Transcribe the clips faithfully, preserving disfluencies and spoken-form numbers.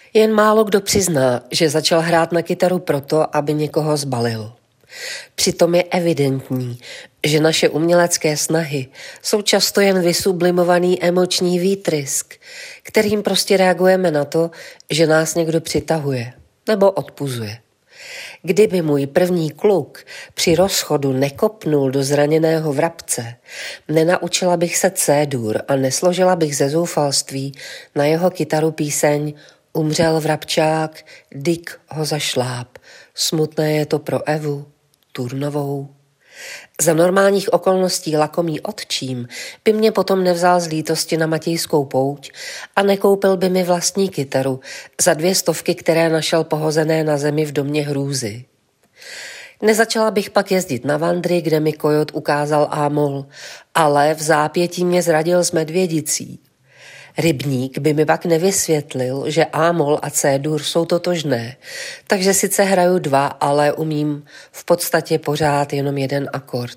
Jen málo kdo přizná, že začal hrát na kytaru proto, aby někoho zbalil. Přitom je evidentní, že naše umělecké snahy jsou často jen vysublimovaný emoční výtrysk, kterým prostě reagujeme na to, že nás někdo přitahuje nebo odpuzuje. Kdyby můj první kluk při rozchodu nekopnul do zraněného vrabce, nenaučila bych se C-dur a nesložila bych ze zoufalství na jeho kytaru píseň Umřel vrabčák, Dick ho zašláp, smutné je to pro Evu Turnovou. Za normálních okolností lakomý otčím by mě potom nevzal z lítosti na Matějskou pouť a nekoupil by mi vlastní kytaru za dvě stovky, které našel pohozené na zemi v domě hrůzy. Nezačala bych pak jezdit na vandry, kde mi kojot ukázal ámol, ale v zápětí mě zradil s medvědicí. Rybník by mi pak nevysvětlil, že ámol a C-dur jsou totožné, takže sice hraju dva, ale umím v podstatě pořád jenom jeden akord.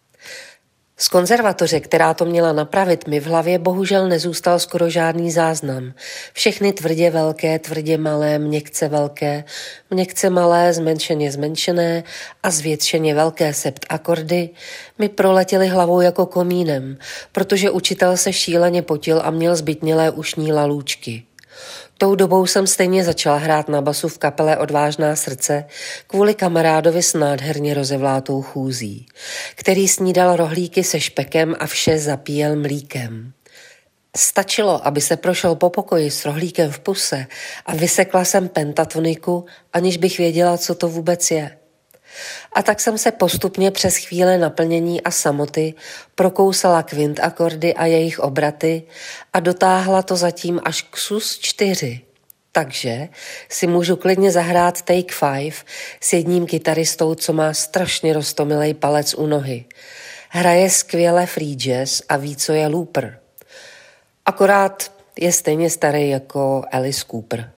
Z konzervatoře, která to měla napravit, mi v hlavě bohužel nezůstal skoro žádný záznam. Všechny tvrdě velké, tvrdě malé, měkce velké, měkce malé, zmenšeně zmenšené a zvětšeně velké sept akordy mi proletěly hlavou jako komínem, protože učitel se šíleně potil a měl zbytnělé ušní lalůčky. Tou dobou jsem stejně začala hrát na basu v kapele Odvážná srdce kvůli kamarádovi s nádherně rozevlátou chůzí, který snídal rohlíky se špekem a vše zapíjel mlíkem. Stačilo, aby se prošel po pokoji s rohlíkem v puse a vysekla jsem pentatoniku, aniž bych věděla, co to vůbec je. A tak jsem se postupně přes chvíle naplnění a samoty prokousala kvint akordy a jejich obraty a dotáhla to zatím až k sus čtyři. Takže si můžu klidně zahrát Take Five s jedním kytaristou, co má strašně roztomilej palec u nohy. Hraje skvěle free jazz a ví, co je looper. Akorát je stejně starý jako Alice Cooper.